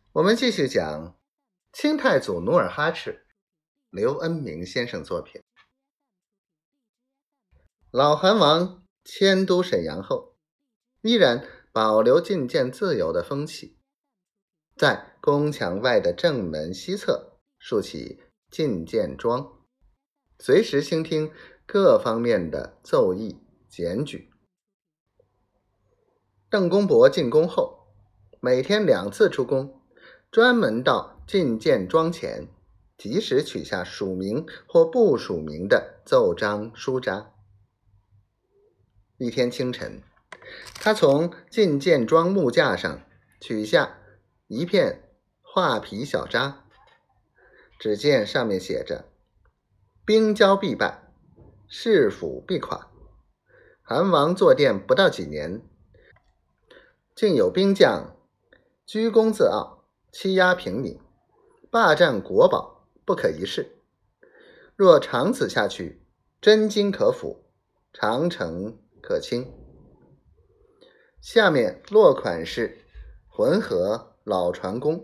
我们继续讲清太祖努尔哈赤，刘恩明先生作品。老韩王迁都沈阳后，依然保留觐见自由的风气，在宫墙外的正门西侧竖起觐见桩，随时倾听各方面的奏议检举。邓公伯进宫后，每天2次出宫，专门到觐见桩前及时取下署名或不署名的奏章书札。一天清晨，他从觐见桩木架上取下一片画皮小札，只见上面写着：兵交必败，市府必垮。韩王坐殿不到几年，竟有兵将居功自傲，欺压平民，霸占国宝，不可一世。若长此下去，真金可腐，长城可倾。下面落款是浑河老船工。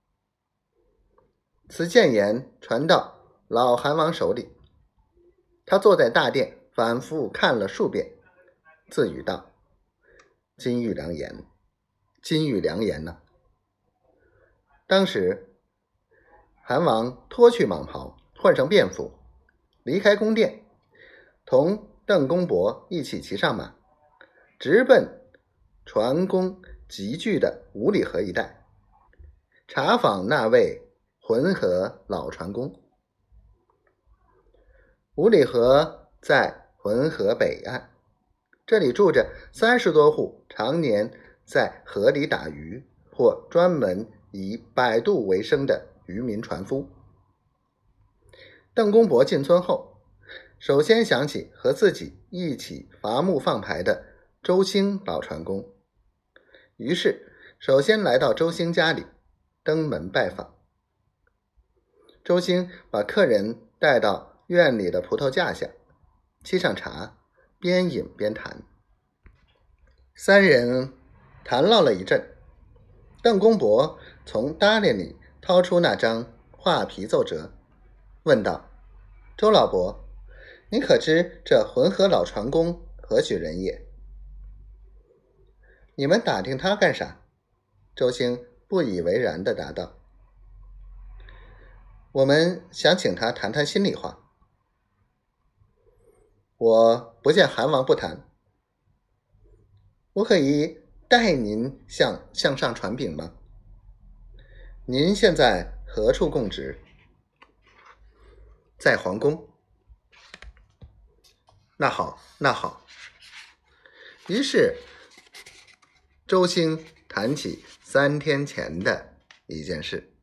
此谏言传到老韩王手里，他坐在大殿反复看了数遍，自语道：金玉良言，金玉良言呢。当时韩王脱去蟒袍，换上便服，离开宫殿，同邓公伯一起骑上马，直奔船工集聚的五里河一带，查访那位浑河老船工。五里河在浑河北岸，这里住着30多户常年在河里打鱼或专门以摆渡为生的渔民船夫。邓公伯进村后，首先想起和自己一起伐木放牌的周兴老船工，于是首先来到周兴家里登门拜访。周兴把客人带到院里的葡萄架下，沏上茶，边饮边谈。3人谈唠了一阵，邓公伯从搭裢里掏出那张画皮奏折，问道：周老伯，你可知这浑河老船工何许人也？你们打听他干啥？周兴不以为然地答道：我们想请他谈谈心里话。我不见韩王不谈，我可以代您向上传禀吗？您现在何处供职？在皇宫。那好，那好。于是周兴谈起3天前的一件事。